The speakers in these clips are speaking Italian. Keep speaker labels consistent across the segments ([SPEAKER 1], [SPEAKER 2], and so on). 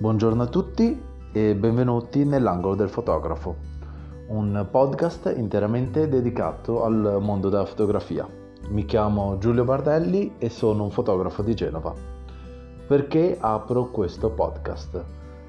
[SPEAKER 1] Buongiorno a tutti e benvenuti nell'angolo del fotografo, un podcast interamente dedicato al mondo della fotografia. Mi chiamo Giulio Bardelli e sono un fotografo di Genova. Perché apro questo podcast?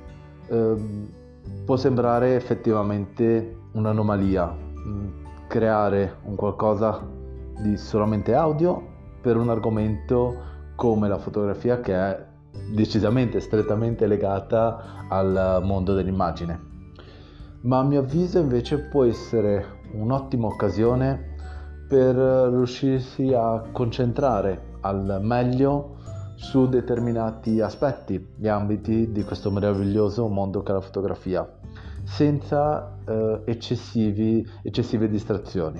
[SPEAKER 1] Può sembrare effettivamente un'anomalia creare un qualcosa di solamente audio per un argomento come la fotografia, che è decisamente strettamente legata al mondo dell'immagine, ma a mio avviso invece può essere un'ottima occasione per riuscirsi a concentrare al meglio su determinati aspetti e ambiti di questo meraviglioso mondo che è la fotografia, senza eccessive distrazioni.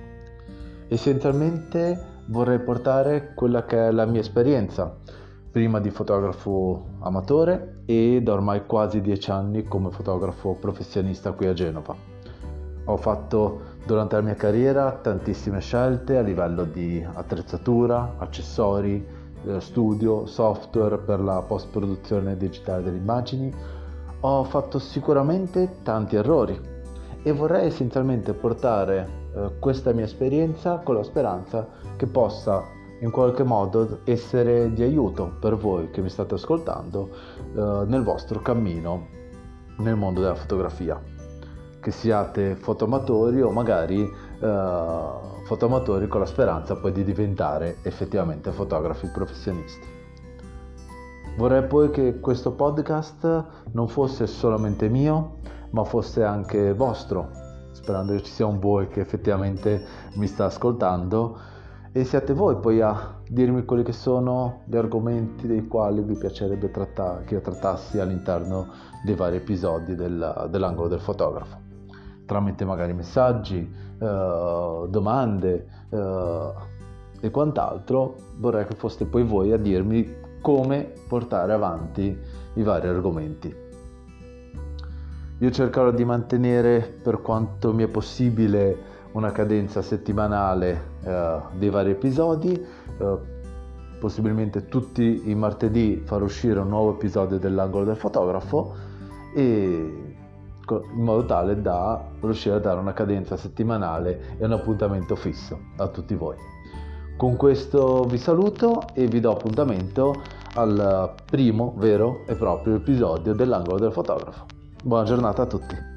[SPEAKER 1] Essenzialmente vorrei portare quella che è la mia esperienza, prima di fotografo amatore e da ormai quasi 10 anni come fotografo professionista qui a Genova. Ho fatto durante la mia carriera tantissime scelte a livello di attrezzatura, accessori, studio, software per la post-produzione digitale delle immagini. Ho fatto sicuramente tanti errori e vorrei essenzialmente portare questa mia esperienza con la speranza che possa in qualche modo essere di aiuto per voi che mi state ascoltando nel vostro cammino nel mondo della fotografia, che siate fotoamatori o magari fotoamatori con la speranza poi di diventare effettivamente fotografi professionisti. Vorrei poi che questo podcast non fosse solamente mio, ma fosse anche vostro, sperando che ci sia un voi che effettivamente mi sta ascoltando e siate voi poi a dirmi quelli che sono gli argomenti dei quali vi piacerebbe che io trattassi all'interno dei vari episodi dell'angolo del fotografo, tramite magari messaggi, domande e quant'altro. Vorrei che foste poi voi a dirmi come portare avanti i vari argomenti. Io cercherò di mantenere, per quanto mi è possibile, una cadenza settimanale dei vari episodi, possibilmente tutti i martedì far uscire un nuovo episodio dell'angolo del fotografo, e in modo tale da riuscire a dare una cadenza settimanale e un appuntamento fisso a tutti voi. Con questo vi saluto e vi do appuntamento al primo vero e proprio episodio dell'angolo del fotografo. Buona giornata a tutti.